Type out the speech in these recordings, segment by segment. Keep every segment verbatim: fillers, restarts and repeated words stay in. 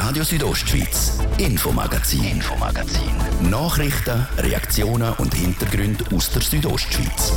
Radio Südostschweiz, Infomagazin. Infomagazin. Nachrichten, Reaktionen und Hintergründe aus der Südostschweiz.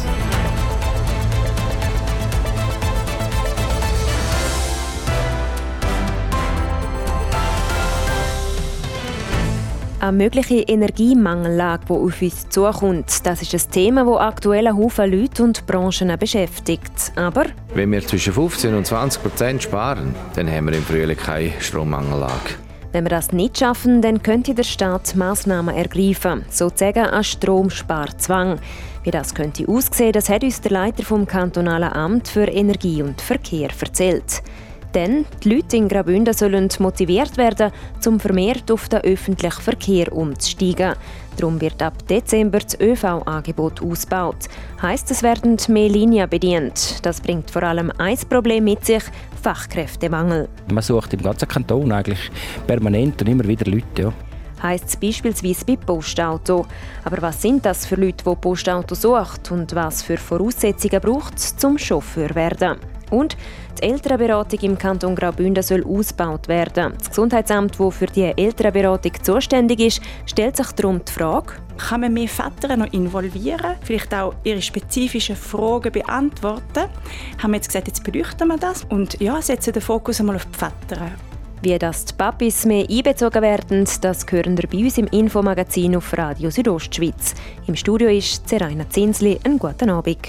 Eine mögliche Energiemangellage, die auf uns zukommt, das ist ein Thema, das aktuell einen Haufen Leute und Branchen beschäftigt. Aber wenn wir zwischen fünfzehn und zwanzig Prozent sparen, dann haben wir im Frühling keine Strommangellage. Wenn wir das nicht schaffen, dann könnte der Staat Massnahmen ergreifen, sozusagen ein Stromsparzwang. Wie das könnte aussehen, das hat uns der Leiter vom Kantonalen Amt für Energie und Verkehr erzählt. Denn die Leute in Graubünden sollen motiviert werden, um vermehrt auf den öffentlichen Verkehr umzusteigen. Darum wird ab Dezember das Ö V-Angebot ausgebaut. Heisst, es werden mehr Linien bedient. Das bringt vor allem ein Problem mit sich: Fachkräftemangel. Man sucht im ganzen Kanton eigentlich permanent und immer wieder Leute. Ja. Heisst es beispielsweise bei Postauto. Aber was sind das für Leute, die Postauto suchen und was für Voraussetzungen braucht es, zum Chauffeur zu werden? Und die Elternberatung im Kanton Graubünden soll ausgebaut werden. Das Gesundheitsamt, das für die Elternberatung zuständig ist, stellt sich darum die Frage: Kann man mehr Väter noch involvieren, vielleicht auch ihre spezifischen Fragen beantworten? Haben wir jetzt gesagt, jetzt beleuchten wir das und ja, setzen den Fokus einmal auf die Väter. Wie das die Papis mehr einbezogen werden, das hören wir bei uns im Infomagazin auf Radio Südostschweiz. Im Studio ist Zeraina Zinsli. Einen guten Abend.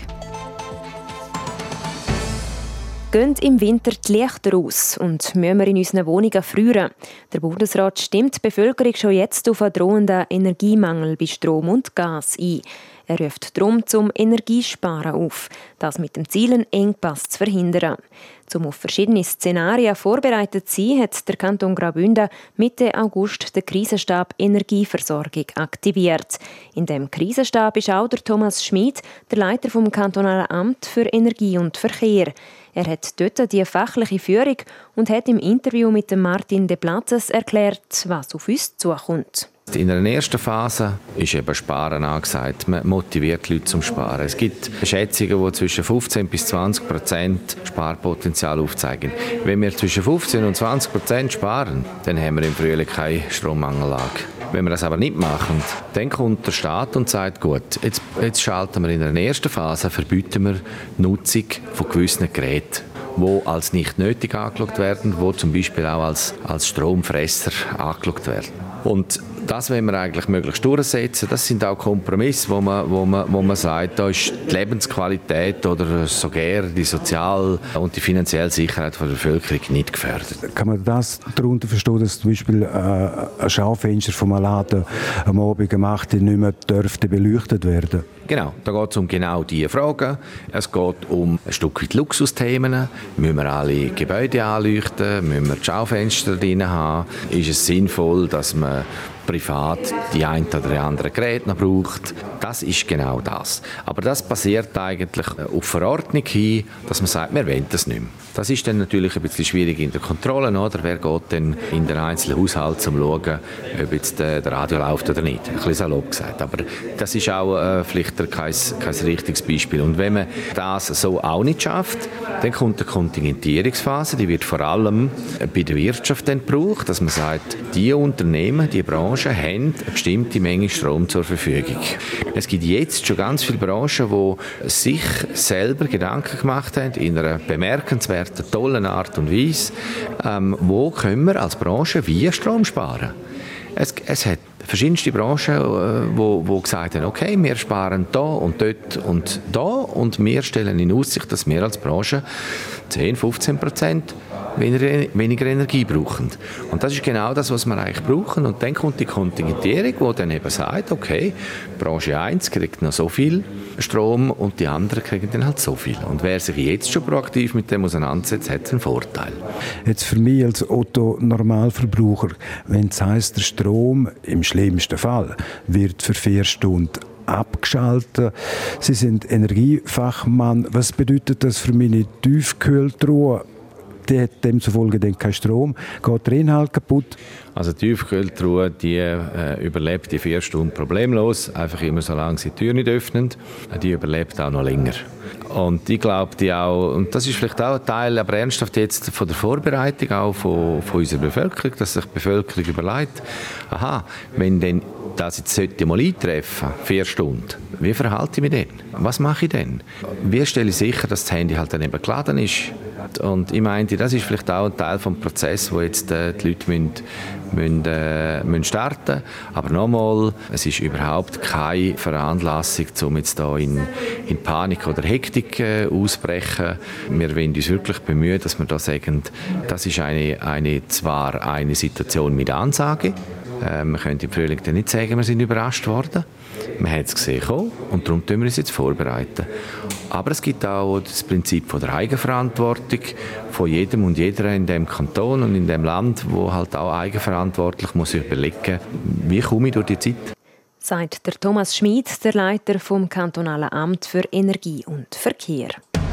Gehen im Winter die Lichter aus und müssen wir in unseren Wohnungen frieren? Der Bundesrat stimmt die Bevölkerung schon jetzt auf einen drohenden Energiemangel bei Strom und Gas ein. Er ruft darum zum Energiesparen auf, das mit dem Ziel, einen Engpass zu verhindern. Um auf verschiedene Szenarien vorbereitet zu sein, hat der Kanton Graubünden Mitte August den Krisenstab Energieversorgung aktiviert. In dem Krisenstab ist auch der Thomas Schmid, der Leiter vom Kantonalen Amt für Energie und Verkehr. Er hat dort die fachliche Führung und hat im Interview mit Martin De Platzes erklärt, was auf uns zukommt. In der ersten Phase ist eben Sparen angesagt. Man motiviert die Leute zum Sparen. Es gibt Schätzungen, die zwischen fünfzehn bis zwanzig Prozent Sparpotenzial aufzeigen. Wenn wir zwischen fünfzehn und zwanzig Prozent sparen, dann haben wir im Frühling keine Strommangellage. Wenn wir das aber nicht machen, dann kommt der Staat und sagt, gut, jetzt, jetzt schalten wir in der ersten Phase, verbieten wir die Nutzung von gewissen Geräten, die als nicht nötig angeschaut werden, die zum Beispiel auch als, als Stromfresser angeschaut werden. Und das wollen wir eigentlich möglichst durchsetzen. Das sind auch Kompromisse, wo man, wo man, wo man sagt, da ist die Lebensqualität oder sogar die soziale und die finanzielle Sicherheit der Bevölkerung nicht gefährdet. Kann man das darunter verstehen, dass zum Beispiel äh, ein Schaufenster vom Laden am Abend um acht Uhr nicht mehr dürfte beleuchtet werden? Genau, da geht es um genau diese Fragen. Es geht um ein Stück weit Luxusthemen. Müssen wir alle Gebäude anleuchten? Müssen wir die Schaufenster drin haben? Ist es sinnvoll, dass man privat die ein oder andere Geräte noch braucht? Das ist genau das. Aber das basiert eigentlich auf Verordnung hin, dass man sagt, wir wollen das nicht mehr. Das ist dann natürlich ein bisschen schwierig in der Kontrolle, oder? Wer geht denn in den einzelnen Haushalt, um zu schauen, ob jetzt der Radio läuft oder nicht? Ein bisschen salopp gesagt. Aber das ist auch äh, vielleicht kein, kein richtiges Beispiel. Und wenn man das so auch nicht schafft, dann kommt die Kontingentierungsphase. Die wird vor allem bei der Wirtschaft dann gebraucht, dass man sagt, die Unternehmen, die Branchen haben eine bestimmte Menge Strom zur Verfügung. Es gibt jetzt schon ganz viele Branchen, die sich selber Gedanken gemacht haben, in einer bemerkenswerten, tollen Art und Weise, ähm, wo können wir als Branche wie Strom sparen. Es, es hat verschiedenste Branchen, äh, wo, wo gesagt haben, okay, wir sparen da und dort und da und wir stellen in Aussicht, dass wir als Branche zehn, fünfzehn Prozent weniger, weniger Energie brauchen. Und das ist genau das, was wir eigentlich brauchen. Und dann kommt die Kontingentierung, die dann eben sagt, okay, Branche eins kriegt noch so viel Strom und die anderen kriegen dann halt so viel. Und wer sich jetzt schon proaktiv mit dem auseinandersetzt, hat einen Vorteil. Jetzt für mich als Otto-Normalverbraucher, wenn es heisst, der Strom im schlimmsten Fall wird für vier Stunden abgeschaltet. Sie sind Energiefachmann. Was bedeutet das für meine Tiefkühltruhe? die hat demzufolge dann keinen Strom, geht der Inhalt kaputt. Also die Tiefkühltruhe, die äh, überlebt die vier Stunden problemlos, einfach immer solange sie die Tür nicht öffnen. Die überlebt auch noch länger. Und ich glaube, die auch, und das ist vielleicht auch ein Teil, aber ernsthaft jetzt von der Vorbereitung auch von, von unserer Bevölkerung, dass sich die Bevölkerung überlegt, aha, wenn denn das jetzt sollte mal eintreffen, vier Stunden, wie verhalte ich mich denn? Was mache ich denn? Wie stelle ich sicher, dass das Handy halt dann eben geladen ist? Und ich meinte, das ist vielleicht auch ein Teil des Prozesses, wo jetzt äh, die Leute müssen, müssen, äh, müssen starten. Aber nochmal, es ist überhaupt keine Veranlassung, um jetzt da in, in Panik oder Hektik äh, auszubrechen. Wir wollen uns wirklich bemühen, dass wir da sagen, das ist eine, eine, zwar eine Situation mit Ansage. Äh, wir können im Frühling dann nicht sagen, wir sind überrascht worden. Man hat es gesehen und darum tun wir uns jetzt vorbereiten. Aber es gibt auch das Prinzip von der Eigenverantwortung von jedem und jeder in dem Kanton und in dem Land, wo halt auch eigenverantwortlich muss überlegen, wie komme ich durch die Zeit. Sagt der Thomas Schmid, der Leiter vom Kantonalen Amt für Energie und Verkehr.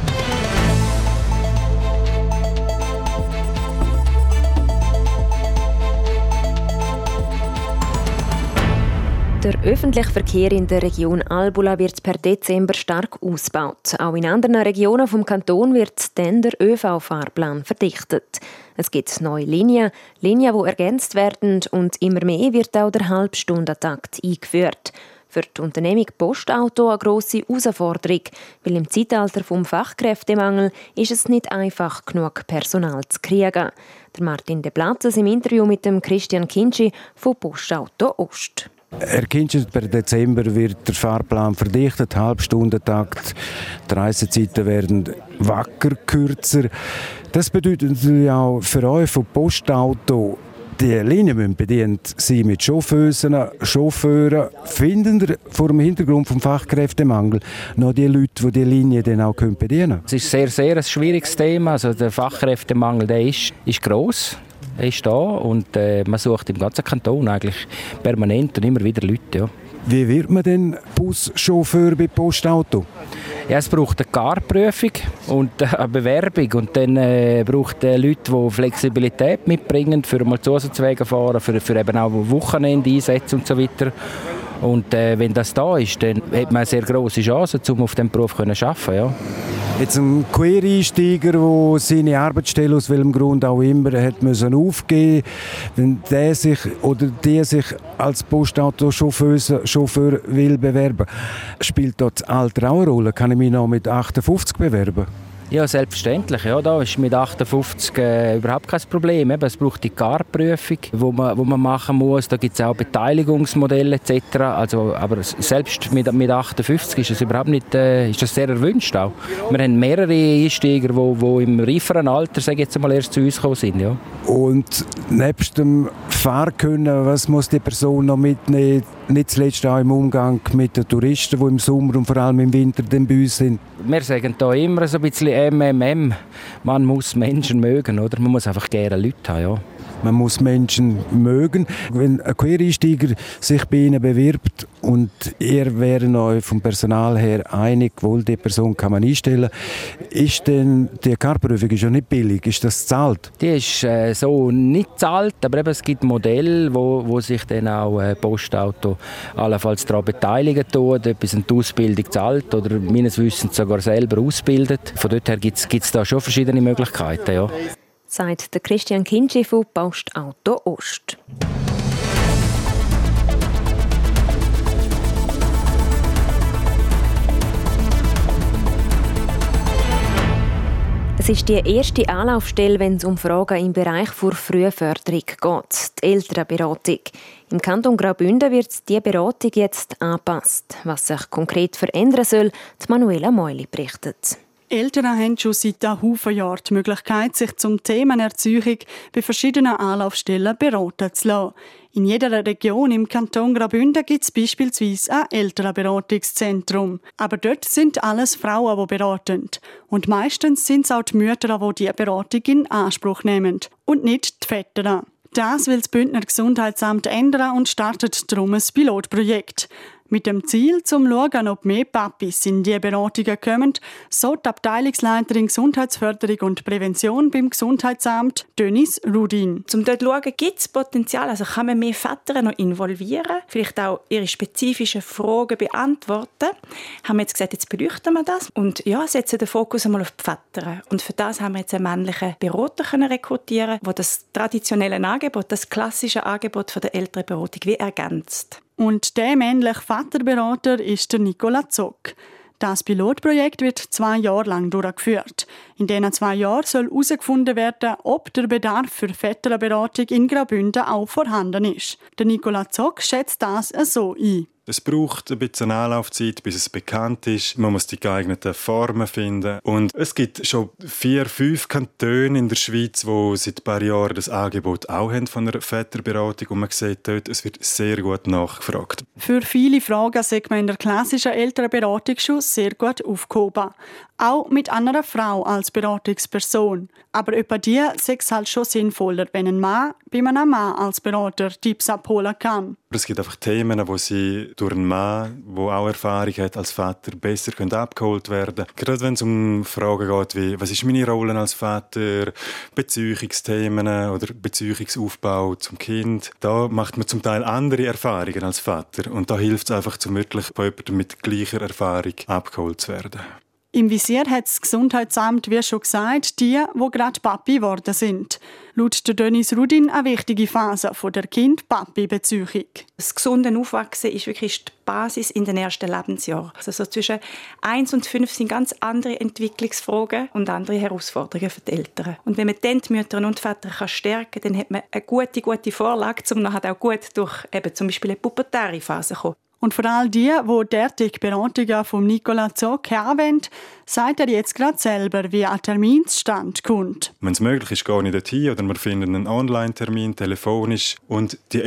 Der öffentliche Verkehr in der Region Albula wird per Dezember stark ausgebaut. Auch in anderen Regionen vom Kanton wird dann der Ö V-Fahrplan verdichtet. Es gibt neue Linien, Linien, die ergänzt werden, und immer mehr wird auch der Halbstundentakt eingeführt. Für die Unternehmung Postauto eine grosse Herausforderung, weil im Zeitalter des Fachkräftemangels ist es nicht einfach genug Personal zu kriegen. Der Martin De Platzes im Interview mit dem Christian Kinci von Postauto Ost. Herr Kinci, per Dezember wird der Fahrplan verdichtet, Halbstundentakt, die Reisezeiten werden wacker kürzer. Das bedeutet natürlich auch für euch von Postauto, die Linien müssen bedient sein mit Chauffeusen, Chauffeuren. Finden ihr vor dem Hintergrund des Fachkräftemangel noch die Leute, die die Linie dann auch bedienen können? Es ist sehr, sehr ein schwieriges Thema. Also der Fachkräftemangel, der ist, ist gross. Er ist da und äh, man sucht im ganzen Kanton eigentlich permanent und immer wieder Leute. Ja. Wie wird man denn Buschauffeur bei Postauto? Ja, es braucht eine G A R-Prüfung und eine Bewerbung und dann äh, braucht es Leute, die Flexibilität mitbringen, für mal Zusatzwege fahren, für, für eben auch Wochenende einsetzen und so weiter. Und äh, wenn das da ist, dann hat man eine sehr grosse Chance, um auf diesem Beruf zu arbeiten. Ja. Jetzt ein Quereinsteiger, der seine Arbeitsstelle aus welchem Grund auch immer hat müssen aufgeben, wenn der sich oder die sich als Postautochauffeur Chauffeur will bewerben, spielt dort das Alter auch eine Rolle? Kann ich mich noch mit achtundfünfzig bewerben? Ja, selbstverständlich. Ja, da ist mit achtundfünfzig äh, überhaupt kein Problem. Eben, es braucht die G A R-Prüfung, die man, wo man machen muss. Da gibt es auch Beteiligungsmodelle et cetera. Also, aber selbst mit, mit achtundfünfzig ist das überhaupt nicht, äh, ist das sehr erwünscht auch. Wir haben mehrere Einsteiger, die, die im reiferen Alter, sage ich jetzt mal, erst zu uns gekommen sind. Ja. Und nebst dem Fahrkönnen, was muss die Person noch mitnehmen? Nicht zuletzt auch im Umgang mit den Touristen, die im Sommer und vor allem im Winter dann bei uns sind. Wir sagen da immer so ein bisschen M M M. Man muss Menschen mögen, oder? Man muss einfach gerne Leute haben, ja. Man muss Menschen mögen. Wenn ein Quereinsteiger sich bei Ihnen bewirbt und ihr wären euch vom Personal her einig, wohl die Person kann man einstellen, ist denn die G A R-Prüfung ist ja nicht billig? Ist das bezahlt? Die ist äh, so nicht bezahlt, aber eben, es gibt Modelle, wo, wo sich dann auch äh, Postauto allenfalls daran beteiligen tut, etwas in die Ausbildung zahlt oder meines Wissens sogar selber ausbildet. Von dort her gibt es da schon verschiedene Möglichkeiten, ja. Sagt der Christian Kinci von Postauto Ost. Es ist die erste Anlaufstelle, wenn es um Fragen im Bereich der Frühförderung geht, die Elternberatung. Im Kanton Graubünden wird die Beratung jetzt angepasst. Was sich konkret verändern soll, die Manuela Meuli berichtet. Eltern haben schon seit ein Haufen Jahren die Möglichkeit, sich zum Thema Erziehung bei verschiedenen Anlaufstellen beraten zu lassen. In jeder Region im Kanton Graubünden gibt es beispielsweise ein Elternberatungszentrum. Aber dort sind alles Frauen, die beraten. Und meistens sind es auch die Mütter, die diese Beratung in Anspruch nehmen. Und nicht die Väter. Das will das Bündner Gesundheitsamt ändern und startet darum ein Pilotprojekt. Mit dem Ziel, zum zu schauen, ob mehr Papis in die Beratungen kommen, so die Abteilungsleiterin Gesundheitsförderung und Prävention beim Gesundheitsamt, Denise Rudin. Um dort zu schauen, gibt es Potenzial, also kann man mehr Väter noch involvieren, vielleicht auch ihre spezifischen Fragen beantworten. Haben wir jetzt gesagt, jetzt beleuchten wir das und ja, setzen den Fokus einmal auf die Väter. Und für das haben wir jetzt einen männlichen Berater können rekrutieren, der das traditionelle Angebot, das klassische Angebot von der Elternberatung wie ergänzt. Und der männliche Vaterberater ist der Nicola Zock. Das Pilotprojekt wird zwei Jahre lang durchgeführt. In diesen zwei Jahren soll herausgefunden werden, ob der Bedarf für Väterberatung in Graubünden auch vorhanden ist. Der Nicola Zock schätzt das so ein. Es braucht ein bisschen Anlaufzeit, bis es bekannt ist. Man muss die geeigneten Formen finden. Und es gibt schon vier, fünf Kantone in der Schweiz, die seit ein paar Jahren das Angebot auch haben von einer Väterberatung. Und man sieht dort, es wird sehr gut nachgefragt. Für viele Fragen sieht man in der klassischen Elternberatung schon sehr gut aufgehoben. Auch mit einer Frau als Beratungsperson. Aber etwa die sieht es halt schon sinnvoller, wenn ein Mann bei einem Mann als Berater Tipps abholen kann. Es gibt einfach Themen, wo sie durch einen Mann, der auch Erfahrung hat als Vater, besser abgeholt werden können. Gerade wenn es um Fragen geht wie, was ist meine Rolle als Vater, Beziehungsthemen oder Beziehungsaufbau zum Kind. Da macht man zum Teil andere Erfahrungen als Vater. Und da hilft es einfach, zum wirklich von jemandem mit gleicher Erfahrung abgeholt zu werden. Im Visier hat das Gesundheitsamt, wie schon gesagt, die, die gerade Papi geworden sind. Laut der Denise Rudin eine wichtige Phase von der Kind-Papi-Beziehung. Das gesunde Aufwachsen ist wirklich die Basis in den ersten Lebensjahren. Also so zwischen eins und fünf sind ganz andere Entwicklungsfragen und andere Herausforderungen für die Eltern. Und wenn man dann die Mütter und Väter stärken kann, dann hat man eine gute, gute Vorlage, um nachher auch gut durch eben zum Beispiel eine pubertäre Phase zu kommen. Und vor allem die, die derartige Beratungen von Nicola Zock haben, sagt er jetzt gerade selber, wie ein Termin zustande kommt. Wenn es möglich ist, gehe ich dorthin oder wir finden einen Online-Termin, telefonisch. Und die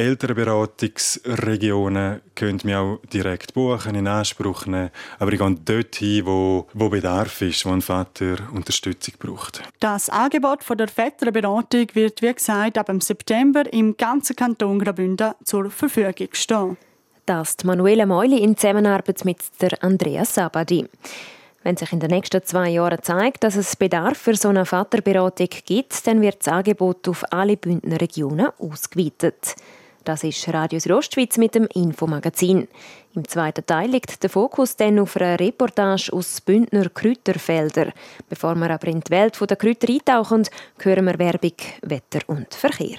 Elternberatungsregionen können mich auch direkt buchen, in Anspruch nehmen. Aber ich gehe dorthin, wo, wo Bedarf ist, wo ein Vater Unterstützung braucht. Das Angebot von der Väterberatung wird, wie gesagt, ab dem September im ganzen Kanton Graubünden zur Verfügung stehen. Das die Manuela Meuli in Zusammenarbeit mit der Andrea Sabadi. Wenn sich in den nächsten zwei Jahren zeigt, dass es Bedarf für so eine Vaterberatung gibt, dann wird das Angebot auf alle Bündner Regionen ausgeweitet. Das ist Radio Südostschweiz mit dem Infomagazin. Im zweiten Teil liegt der Fokus dann auf einer Reportage aus Bündner Kräuterfeldern. Bevor wir aber in die Welt der Kräuter eintauchen, hören wir Werbung, Wetter und Verkehr.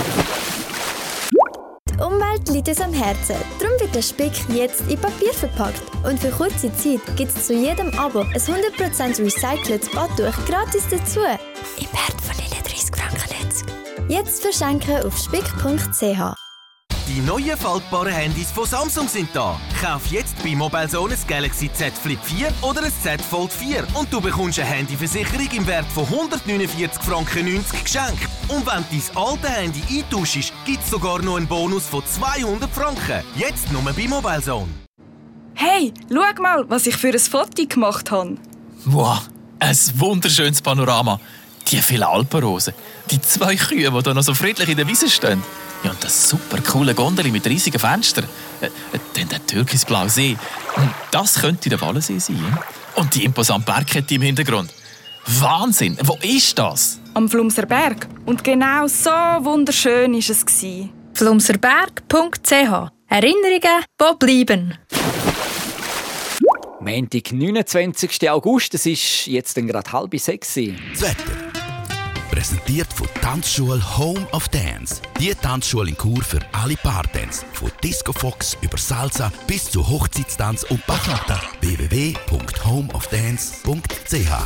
Die Umwelt liegt uns am Herzen. Darum wird der Speck jetzt in Papier verpackt. Und für kurze Zeit gibt es zu jedem Abo ein hundert Prozent recyceltes Badtuch gratis dazu. Im Wert von dreißig Franken neunzig. Jetzt verschenken auf spick punkt c h. Die neuen faltbaren Handys von Samsung sind da. Kauf jetzt bei Mobilezone ein Galaxy Z Flip vier oder ein Z Fold vier und du bekommst eine Handyversicherung im Wert von hundertneunundvierzig Franken neunzig geschenkt. Und wenn du dein alte Handy eintauschst, gibt es sogar noch einen Bonus von zweihundert Franken. Jetzt nur bei Mobilezone. Hey, schau mal, was ich für ein Foto gemacht habe. Wow, ein wunderschönes Panorama. Die vielen Alpenrosen, die zwei Kühe, die da noch so friedlich in der Wiese stehen. Ja, und das super coole Gondel mit riesigen Fenstern. Äh, dann der türkisblaue See. Das könnte der Wallensee sein. Und die imposante Bergkette im Hintergrund. Wahnsinn! Wo ist das? Am Flumser Berg. Und genau so wunderschön war es. flumserberg punkt c h. Erinnerungen, die bleiben. Montag, neunundzwanzigsten August, es ist jetzt gerade halb sechs. Das Wetter. Präsentiert von Tanzschule Home of Dance. Die Tanzschule in Chur für alle Partens. Von Disco Fox über Salsa bis zu Hochzeitstanz und Bachata. w w w punkt home of dance punkt c h.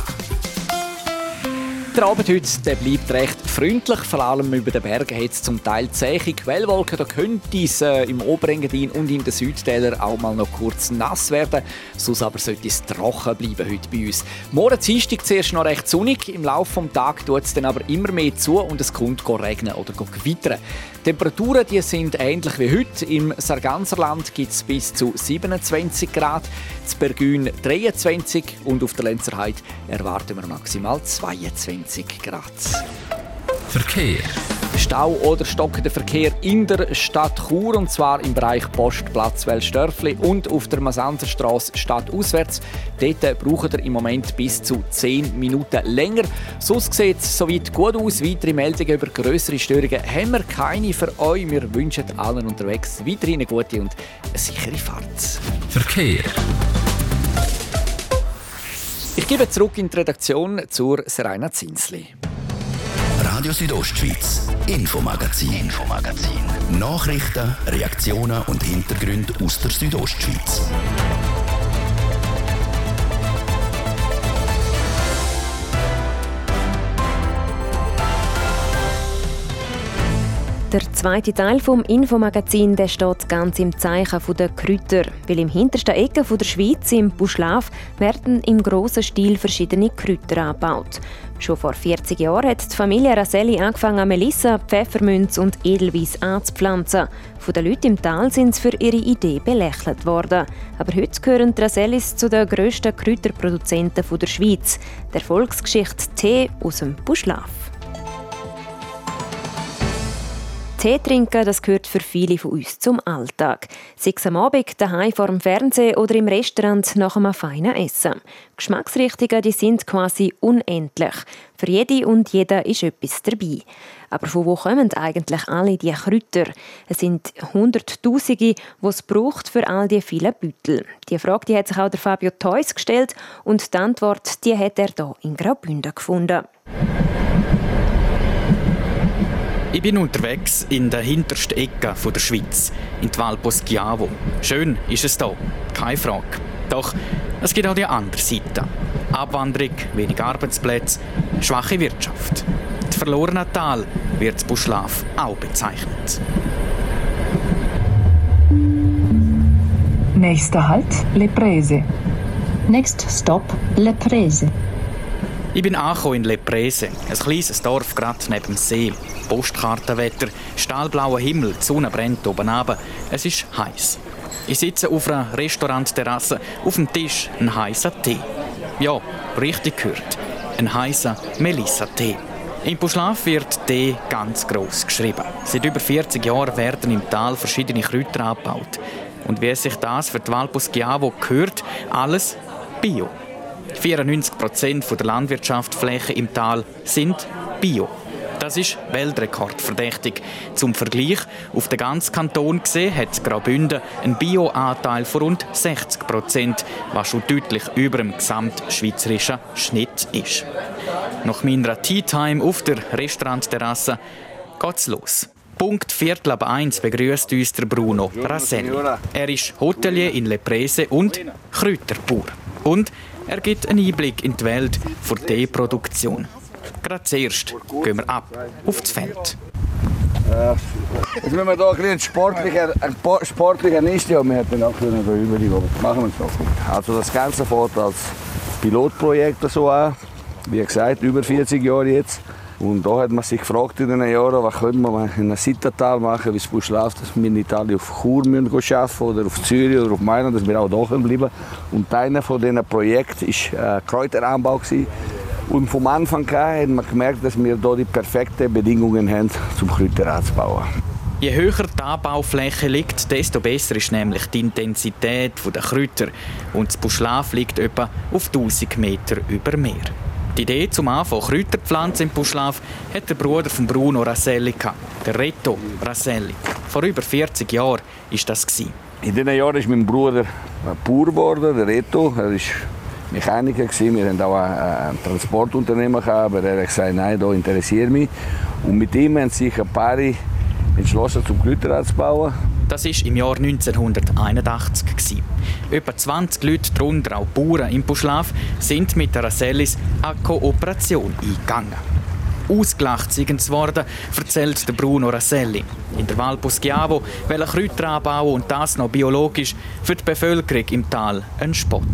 Der Abend heute der bleibt recht freundlich. Vor allem über den Bergen hat es zum Teil zähe Quellwolken. Da könnte es äh, im Oberengadin und in den Südtälern auch mal noch kurz nass werden. Sonst aber sollte es trocken bleiben heute bei uns. Morgen Dienstag zuerst noch recht sonnig. Im Laufe des Tages tut es dann aber immer mehr zu und es kommt regnen oder gewittern. Die Temperaturen die sind ähnlich wie heute. Im Sarganserland gibt es bis zu siebenundzwanzig Grad, in Bergün dreiundzwanzig und auf der Lenzerheide erwarten wir maximal zweiundzwanzig Grad. Verkehr. Stau oder stockender Verkehr in der Stadt Chur, und zwar im Bereich Postplatz Welsdörfli und auf der Masanzerstrasse stadtauswärts. Dort braucht ihr im Moment bis zu zehn Minuten länger. Sonst sieht es soweit gut aus. Weitere Meldungen über grössere Störungen haben wir keine für euch. Wir wünschen allen unterwegs weiterhin eine gute und eine sichere Fahrt. Verkehr. Ich gebe zurück in die Redaktion zur Seraina Zinsli. Radio Südostschweiz, Infomagazin. Infomagazin. Nachrichten, Reaktionen und Hintergründe aus der Südostschweiz. Der zweite Teil des Infomagazin der steht ganz im Zeichen der Kräuter. Weil im hintersten Ecke der Schweiz, im Buschlaf, werden im grossen Stil verschiedene Kräuter angebaut. Schon vor vierzig Jahren hat die Familie Raselli angefangen, Melissa, Pfefferminz und Edelweiss anzupflanzen. Von den Leuten im Tal sind sie für ihre Idee belächelt worden. Aber heute gehören die Rasellis zu den grössten Kräuterproduzenten der Schweiz. Die Erfolgsgeschichte Tee aus dem Buschlaf. Tee trinken, das gehört für viele von uns zum Alltag. Sei es am Abend, daheim vor dem Fernsehen oder im Restaurant nach einem feinen Essen. Geschmacksrichtungen, die sind quasi unendlich. Für jede und jeder ist etwas dabei. Aber von wo kommen eigentlich alle diese Kräuter? Es sind Hunderttausende, die es braucht für all die vielen Beutel. Die Frage die hat sich auch der Fabio Theus gestellt und die Antwort die hat er hier in Graubünden gefunden. Ich bin unterwegs in der hintersten Ecke der Schweiz, in die Val Poschiavo. Schön ist es hier, keine Frage. Doch es gibt auch die andere Seite. Abwanderung, wenig Arbeitsplätze, schwache Wirtschaft. Das verlorene Tal wird das Buschlaf auch bezeichnet. Nächster Halt, Le Prese. Next Stop, Le Prese. Ich bin angekommen in Le Prese, ein kleines Dorf gerade neben dem See. Postkartenwetter, stahlblauer Himmel, die Sonne brennt oben runter. Es ist heiß. Ich sitze auf einer Restaurantterrasse, auf dem Tisch ein heißer Tee. Ja, richtig gehört, ein heißer Melissa-Tee. Im Buschlaf wird Tee ganz gross geschrieben. Seit über vierzig Jahren werden im Tal verschiedene Kräuter angebaut. Und wie sich das für die Val Poschiavo gehört, alles Bio. vierundneunzig Prozent der Landwirtschaftsfläche im Tal sind Bio. Das ist weltrekordverdächtig. Zum Vergleich, auf den ganzen Kanton gesehen hat Graubünden einen Bio-Anteil von rund sechzig Prozent, was schon deutlich über dem gesamtschweizerischen Schnitt ist. Nach meiner Tea-Time auf der Restaurantterrasse geht's los. Punkt Viertel ab eins begrüßt uns der Bruno Raselli. Er ist Hotelier in Le Prese und Kräuterbauer. Und er gibt einen Einblick in die Welt der Teeproduktion. Gerade zuerst gehen wir ab auf das Feld. Äh, jetzt müssen wir hier ein bisschen sportlicher, ein sportlicher ist ja, wir hätten auch können da überlegen, machen wir es noch. Also das Ganze fährt als Pilotprojekt so an, wie gesagt, über vierzig Jahre jetzt. Und da hat man sich gefragt in den Jahren, was könnte man in einem Sittertal machen, wie es Buschlaf, dass wir in Italien auf Chur arbeiten müssen oder auf Zürich oder auf Mailand, dass wir auch da bleiben. Und einer von diesen Projekten war äh, Kräuteranbau. Und vom Anfang an hat man gemerkt, dass wir hier die perfekten Bedingungen haben, um Kräuter anzubauen. Je höher die Anbaufläche liegt, desto besser ist nämlich die Intensität der Kräuter. Und das Buschlaf liegt etwa auf tausend Meter über Meer. Die Idee zum Anfang Kräuterpflanzen im Buschlaf hat der Bruder von Bruno Raselli, der Reto Raselli. Vor über vierzig Jahren war das. In diesen Jahren ist mein Bruder Bauer geworden, der Reto. Er war Mechaniker. Wir hatten auch ein Transportunternehmen, aber er hat gesagt, nein, da interessiert mich. Und mit ihm haben sich ein paar entschlossen, zum Kräuter anzubauen. Das war im Jahr neunzehnhunderteinundachtzig. Etwa zwanzig Leute, darunter auch Bauern im Buschlaf, sind mit der Rasellis eine Kooperation eingegangen. Ausgelacht sind sie worden, erzählt der Bruno Raselli. In der Val Poschiavo wollen Kräuter anbauen und das noch biologisch, für die Bevölkerung im Tal ein Spott.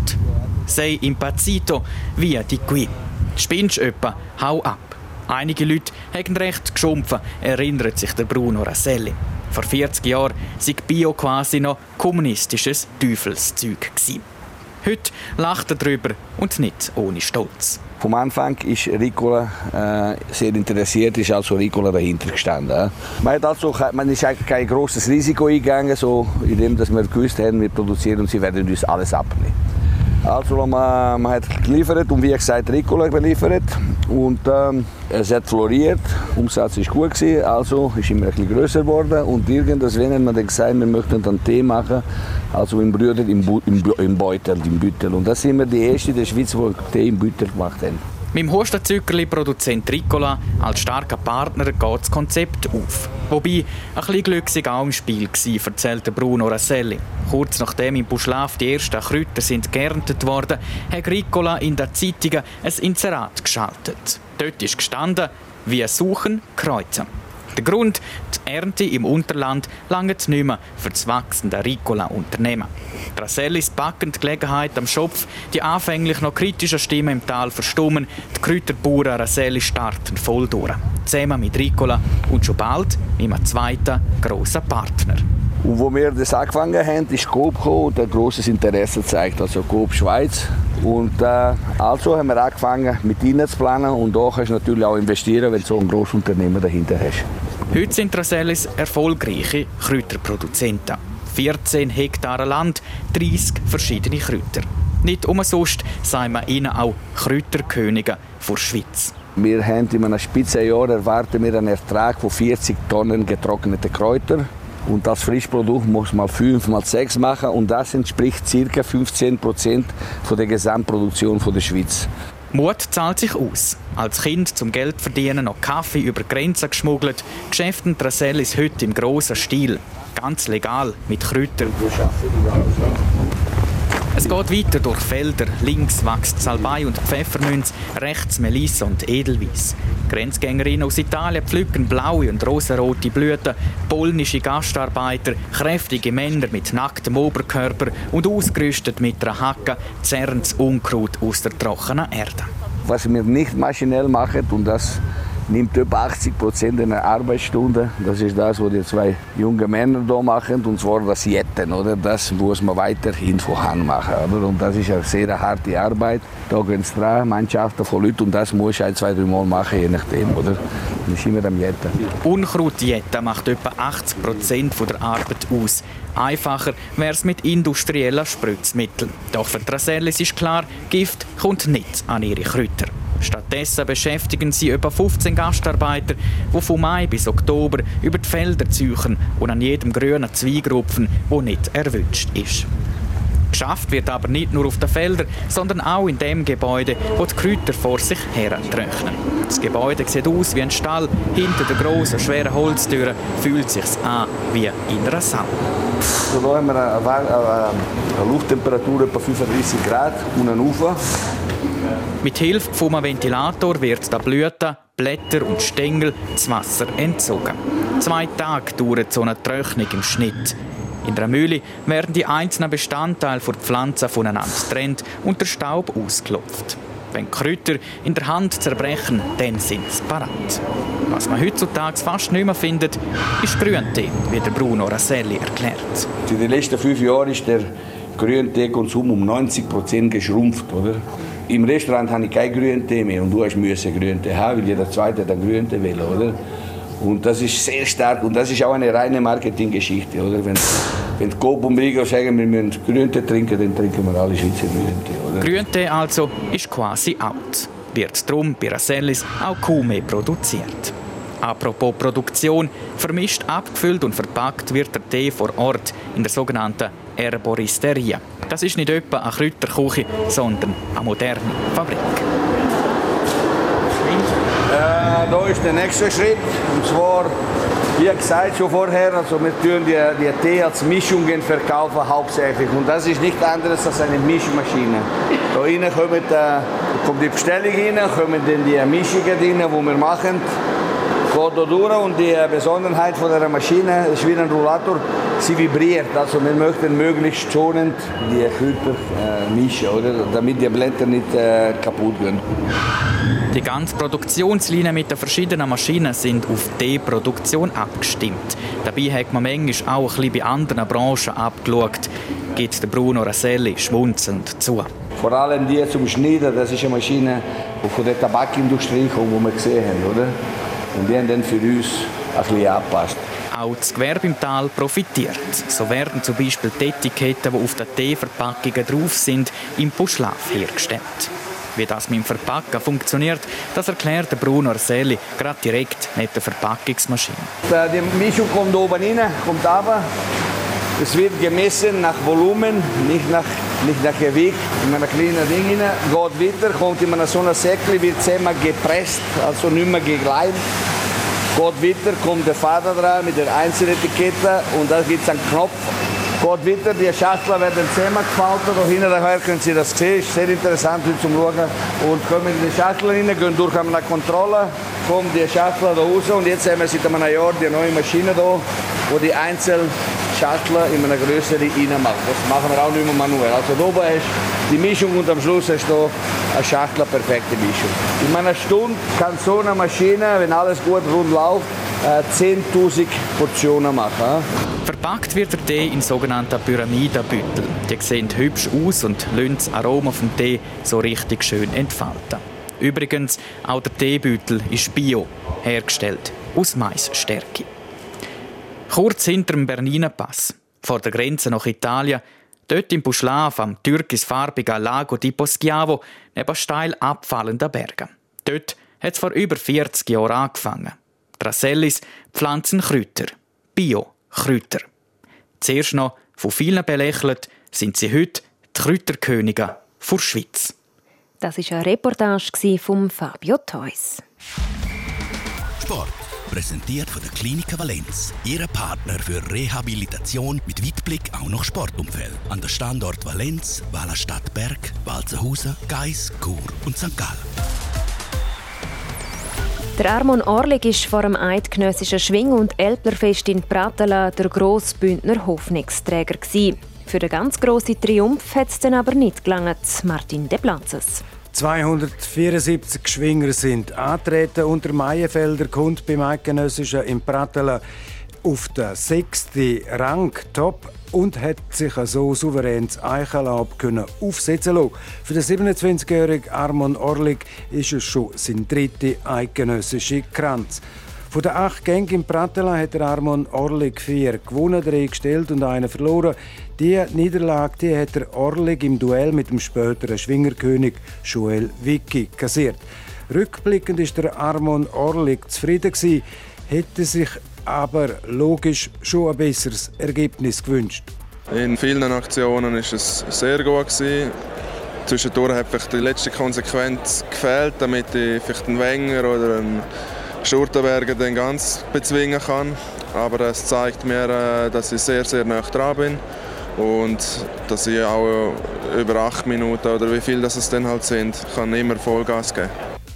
Sei impazzito via di qui. Spinnst etwa, hau ab. Einige Leute haben recht geschumpfen, erinnert sich der Bruno Raselli. Vor vierzig Jahren war Bio quasi noch kommunistisches Teufelszeug. Heute lacht er darüber und nicht ohne Stolz. Vom Anfang ist Ricola äh, sehr interessiert, ist also Ricola dahinter gestanden. Äh. Man, hat also, man ist eigentlich kein grosses Risiko eingegangen, so, indem dass wir gewusst haben, wir produzieren und sie werden uns alles abnehmen. Also man, man hat geliefert und wie gesagt Ricola geliefert und ähm, es hat floriert, der Umsatz war gut gewesen, also ist immer ein bisschen grösser geworden und irgendwann haben wir dann gesagt, wir möchten dann Tee machen, also im Brüder im, Bu im, im Beutel, im Büttel und das sind wir die Ersten in der Schweiz, die Tee im Büttel gemacht haben. Mit dem Hostenzückerli-Produzent Ricola als starker Partner geht das Konzept auf. Wobei, ein bisschen Glück war auch im Spiel, erzählt Bruno Raselli. Kurz nachdem im Buschlaf die ersten Kräuter sind geerntet worden, hat Ricola in den Zeitungen ein Inserat geschaltet. Dort ist gestanden, wir suchen Kräuter. Der Grund, die Ernte im Unterland langt nicht mehr für das wachsende Ricola-Unternehmen. Rasellis packend die Gelegenheit am Schopf, die anfänglich noch kritischen Stimmen im Tal verstummen, die Kräuterbauern Raselli starten voll durch. Zusammen mit Ricola und schon bald mit einem zweiten grossen Partner. Und wo wir das angefangen haben, ist Coop gekommen und ein grosses Interesse gezeigt, also Coop Schweiz. Und äh, also haben wir angefangen, mit ihnen zu planen und da kannst du natürlich auch investieren, wenn du so ein grosses Unternehmen dahinter hast. Heute sind Rasellis erfolgreiche Kräuterproduzenten. vierzehn Hektar Land, dreissig verschiedene Kräuter. Nicht umsonst sagen wir ihnen auch Kräuterkönige der Schweiz. Wir haben in einem Spitzenjahr erwarten wir einen Ertrag von vierzig Tonnen getrocknete Kräuter. Und das Frischprodukt muss man fünf mal sechs machen und das entspricht ca. fünfzehn Prozent der Gesamtproduktion der Schweiz. Mut zahlt sich aus. Als Kind zum Geld verdienen noch Kaffee über Grenzen geschmuggelt, geschäften Rasellis heute im grossen Stil. Ganz legal, mit Kräutern. Es geht weiter durch Felder. Links wächst Salbei und Pfefferminz, rechts Melisse und Edelweiss. Grenzgängerinnen aus Italien pflücken blaue und rosarote Blüten, polnische Gastarbeiter, kräftige Männer mit nacktem Oberkörper und ausgerüstet mit einer Hacke zerren das Unkraut aus der trockenen Erde. Was wir nicht maschinell machen, und das nimmt etwa achtzig Prozent einer Arbeitsstunde. Das ist das, was die zwei jungen Männer hier machen, und zwar das Jetten. Oder? Das muss man weiterhin von Hand machen. Oder? Und das ist eine sehr harte Arbeit. Da gehen es dran, Mannschaften von Leuten, und das muss ich ein, zwei, drei Mal machen, je nachdem. Oder? Dann ist immer am Jetten. Unkrautjetten macht etwa achtzig Prozent der Arbeit aus. Einfacher wäre es mit industriellen Spritzmitteln. Doch für die Rasellis ist klar, Gift kommt nicht an ihre Kräuter. Stattdessen beschäftigen sie etwa fünfzehn Gastarbeiter, die von Mai bis Oktober über die Felder ziehen und an jedem grünen Zweig rupfen, der nicht erwünscht ist. Geschafft wird aber nicht nur auf den Feldern, sondern auch in dem Gebäude, wo die Kräuter vor sich her trocknen. Das Gebäude sieht aus wie ein Stall. Hinter der grossen, schweren Holztüre fühlt es sich an wie in einer Sauna. So, hier haben wir eine, eine, eine Lufttemperatur etwa fünfunddreißig Grad und einen Ofen. Mit Hilfe von einem Ventilator wird den Blüten, Blätter und Stängel das Wasser entzogen. Zwei Tage dauert so eine Trocknung im Schnitt. In der Mühle werden die einzelnen Bestandteile der Pflanzen voneinander getrennt und der Staub ausgeklopft. Wenn die Kräuter in der Hand zerbrechen, dann sind sie parat. Was man heutzutage fast nicht mehr findet, ist Grüntee, wie der Bruno Raselli erklärt. In den letzten fünf Jahren ist der Grünteekonsum um neunzig Prozent geschrumpft. Oder? Im Restaurant habe ich keinen Grüntee mehr und du hast Grüntee haben, weil jeder Zweite dann Grüntee will. Oder? Und das ist sehr stark und das ist auch eine reine Marketinggeschichte. Oder? Wenn, wenn die Coop und Rigo sagen, wir müssen Grüntee trinken, dann trinken wir alle Schweizer Grüntee. Oder? Grüntee also ist quasi out. Wird darum bei Rasellis auch kaum mehr produziert. Apropos Produktion, vermischt, abgefüllt und verpackt wird der Tee vor Ort in der sogenannten Herboristeria. Das ist nicht etwa eine Kräuterküche, sondern eine moderne Fabrik. Äh, da ist der nächste Schritt, und zwar, wie gesagt schon vorher, also wir tun die, die Tee als Mischungen verkaufen hauptsächlich, und das ist nichts anderes als eine Mischmaschine. Da rein kommt, äh, kommt die Bestellung rein, kommen dann die Mischungen rein, die wir machen. Geht da durch, und die Besonderheit von der Maschine ist wie ein Rollator, sie vibriert. Also wir möchten möglichst schonend die Kräuter äh, mischen, oder? Damit die Blätter nicht äh, kaputt gehen. Die ganze Produktionslinie mit den verschiedenen Maschinen sind auf die Produktion abgestimmt. Dabei hat man manchmal auch ein bisschen bei anderen Branchen abgeschaut, gibt der Bruno Raselli schmunzelnd zu. Vor allem die zum Schneiden, das ist eine Maschine, die von der Tabakindustrie kommt, die wir gesehen haben, oder? Und die haben dann für uns ein bisschen angepasst. Auch das Gewerbe im Tal profitiert. So werden zum Beispiel die Etiketten, die auf den Teeverpackungen drauf sind, im Buschlaf hergestellt. Wie das mit dem Verpacken funktioniert, das erklärt Bruno Arselli gerade direkt neben der Verpackungsmaschine. Die Mischung kommt oben rein, kommt runter. Es wird gemessen nach Volumen, nicht nach, nicht nach Gewicht. In einem kleinen Ding rein, geht weiter, kommt in so einer Säckle, wird zehnmal gepresst, also nicht mehr gegleimt. Geht weiter, kommt der Faden dran mit der Einzeletikette und da gibt es einen Knopf. Geht weiter, die Schachteln werden zehnmal gefaltet. Da hinten daher können Sie das sehen, ist sehr interessant zum Schauen. Und kommen in die Schachtel rein, gehen durch eine Kontrolle, kommen die Schachteln da raus und jetzt haben wir seit einem Jahr die neue Maschine da, wo die Einzelschachteln in eine größere reinmacht. Das machen wir auch nicht mehr manuell. Also da oben hast du die Mischung und am Schluss hast du eine Schachtel, eine perfekte Mischung. In einer Stunde kann so eine Maschine, wenn alles gut rund läuft, zehntausend Portionen machen. Verpackt wird der Tee in sogenannten Pyramidenbüttel. Die sehen hübsch aus und lassen das Aroma vom Tee so richtig schön entfalten. Übrigens, auch der Teebüttel ist bio, hergestellt aus Maisstärke. Kurz hinter dem Bernina Pass, vor der Grenze nach Italien, dort im Buschlaf am türkisfarbigen Lago di Poschiavo, neben steil abfallenden Bergen. Dort hat es vor über vierzig Jahren angefangen. Die Arsellis pflanzen Kräuter, Bio-Kräuter. Zuerst noch von vielen belächelt, sind sie heute die Kräuterkönige der Schweiz. Das war eine Reportage von Fabio Theus. Sport. Präsentiert von der Klinik Valenz. Ihr Partner für Rehabilitation mit Weitblick auch noch Sportumfeld. An der Standort Valenz, Wallerstadt Berg, Walzenhausen, Geis, Chur und Sankt Gallen. Der Armon Orlik war vor dem eidgenössischen Schwing- und Elblerfest in Pratala der grosse Bündner Hoffnungsträger. Für den ganz grossen Triumph hat es dann aber nicht gelangt. Martin De Platzes. zweihundertvierundsiebzig Schwinger sind angetreten und der Maienfelder kommt beim Eidgenössischen in Pratala auf den sechsten Rang top und hat sich so souverän das Eichenlaub können aufsetzen lassen. Für den siebenundzwanzigjährigen Armon Orlik ist es schon sein dritter eidgenössischer Kranz. Von den acht Gängen im Pratala hat der Armon Orlik vier gewonnen, drei gestellt und einen verloren. Die Niederlage die hat der Orlik im Duell mit dem späteren Schwingerkönig Joel Vicky kassiert. Rückblickend ist der Armon Orlik zufrieden gewesen, hätte sich aber logisch schon ein besseres Ergebnis gewünscht. In vielen Aktionen war es sehr gut gewesen. Zwischendurch hat vielleicht die letzte Konsequenz gefehlt, damit ich vielleicht einen Wenger oder einen Schurtenberger dann ganz bezwingen kann. Aber es zeigt mir, dass ich sehr, sehr nah dran bin und dass ich auch über acht Minuten oder wie viel das es dann halt sind, kann immer Vollgas geben.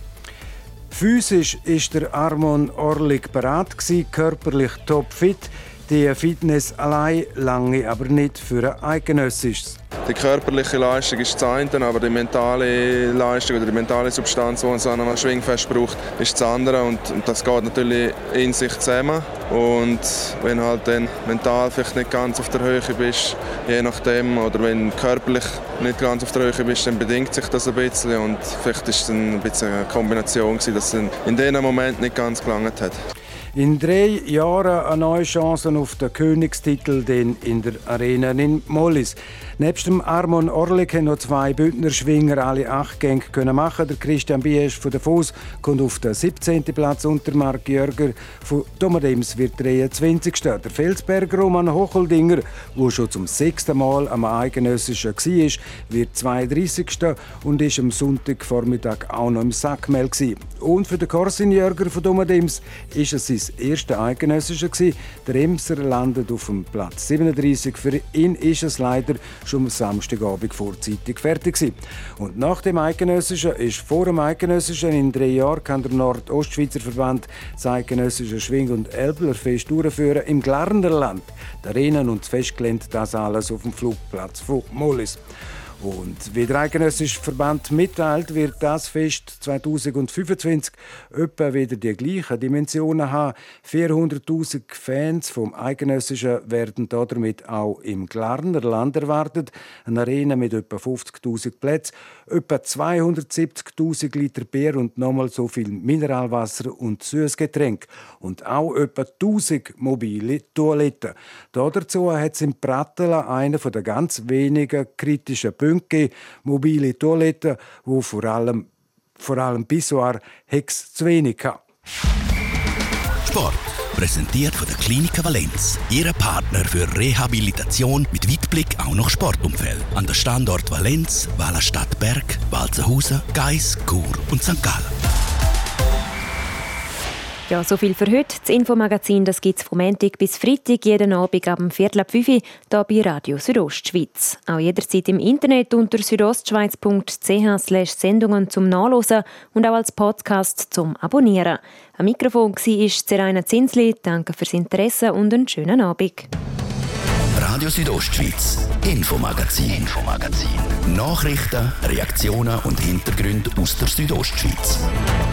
Physisch ist der Armon Orlik bereit, körperlich topfit. Die Fitness allein lange aber nicht für ein eidgenössisches. Die körperliche Leistung ist das eine, aber die mentale Leistung oder die mentale Substanz, die man so an einem Schwingfest braucht, ist das andere. Und das geht natürlich in sich zusammen. Und wenn halt dann mental vielleicht nicht ganz auf der Höhe bist, je nachdem, oder wenn körperlich nicht ganz auf der Höhe bist, dann bedingt sich das ein bisschen. Und vielleicht ist es ein bisschen eine Kombination, dass es in diesem Moment nicht ganz gelangt hat. In drei Jahren eine neue Chance auf den Königstitel den in der Arena in Mollis. Nebst dem Armon Orlik haben noch zwei Bündner Schwinger alle acht Gänge können machen. Der Christian Biesch von Davos kommt auf den siebzehnten Platz und der Marc Jörger von Domadems wird dreiundzwanzigster Der Felsberger Roman Hocheldinger, der schon zum sechsten Mal am Eidgenössischen war, wird zweiunddreißigster und ist am Sonntagvormittag auch noch im Sackmehl. Und für den Corsin Jörger von Domadems ist es sein erstes Eidgenössische. Der Emser landet auf dem Platz siebenunddreißig. Für ihn ist es leider schon am Samstagabend vorzeitig fertig gewesen. Und nach dem Eidgenössischen ist vor dem Eidgenössischen in drei Jahren kann der Nordostschweizer Verband das Eidgenössische Schwing- und Elblerfest durchführen im Glarnerland. Die Arenen und das Festgelände, das alles auf dem Flugplatz von Mollis. Und wie der Eidgenössische Verband mitteilt, wird das Fest zweitausendfünfundzwanzig etwa wieder die gleichen Dimensionen haben. vierhunderttausend Fans vom Eidgenössischen werden damit auch im Glarner Land erwartet. Eine Arena mit etwa fünfzigtausend Plätzen, etwa zweihundertsiebzigtausend Liter Bier und nochmal so viel Mineralwasser und Süßgetränk. Und auch etwa tausend mobile Toiletten. Dazu hat es in Pratteln einen der ganz wenigen kritischen Punkte gegeben, mobile Toiletten, wo vor allem, vor allem Pissoir Hex zu wenig hatten. Sport. Präsentiert von der Klinik Valenz. Ihr Partner für Rehabilitation mit Weitblick auch noch Sportumfeld. An der Standort Valenz, Wallerstadt Berg, Walzenhausen, Geiss, Chur und Sankt Gallen. Ja, so viel für heute. Das Infomagazin gibt es vom Montag bis Freitag jeden Abend ab Viertel ab fünf Uhr hier bei Radio Südostschweiz. Auch jederzeit im Internet unter südostschweiz punkt c h slash Sendungen zum Nachlesen und auch als Podcast zum Abonnieren. Am Mikrofon war Zeraina Zinsli. Danke fürs Interesse und einen schönen Abend. Radio Südostschweiz, Infomagazin. Infomagazin. Nachrichten, Reaktionen und Hintergründe aus der Südostschweiz.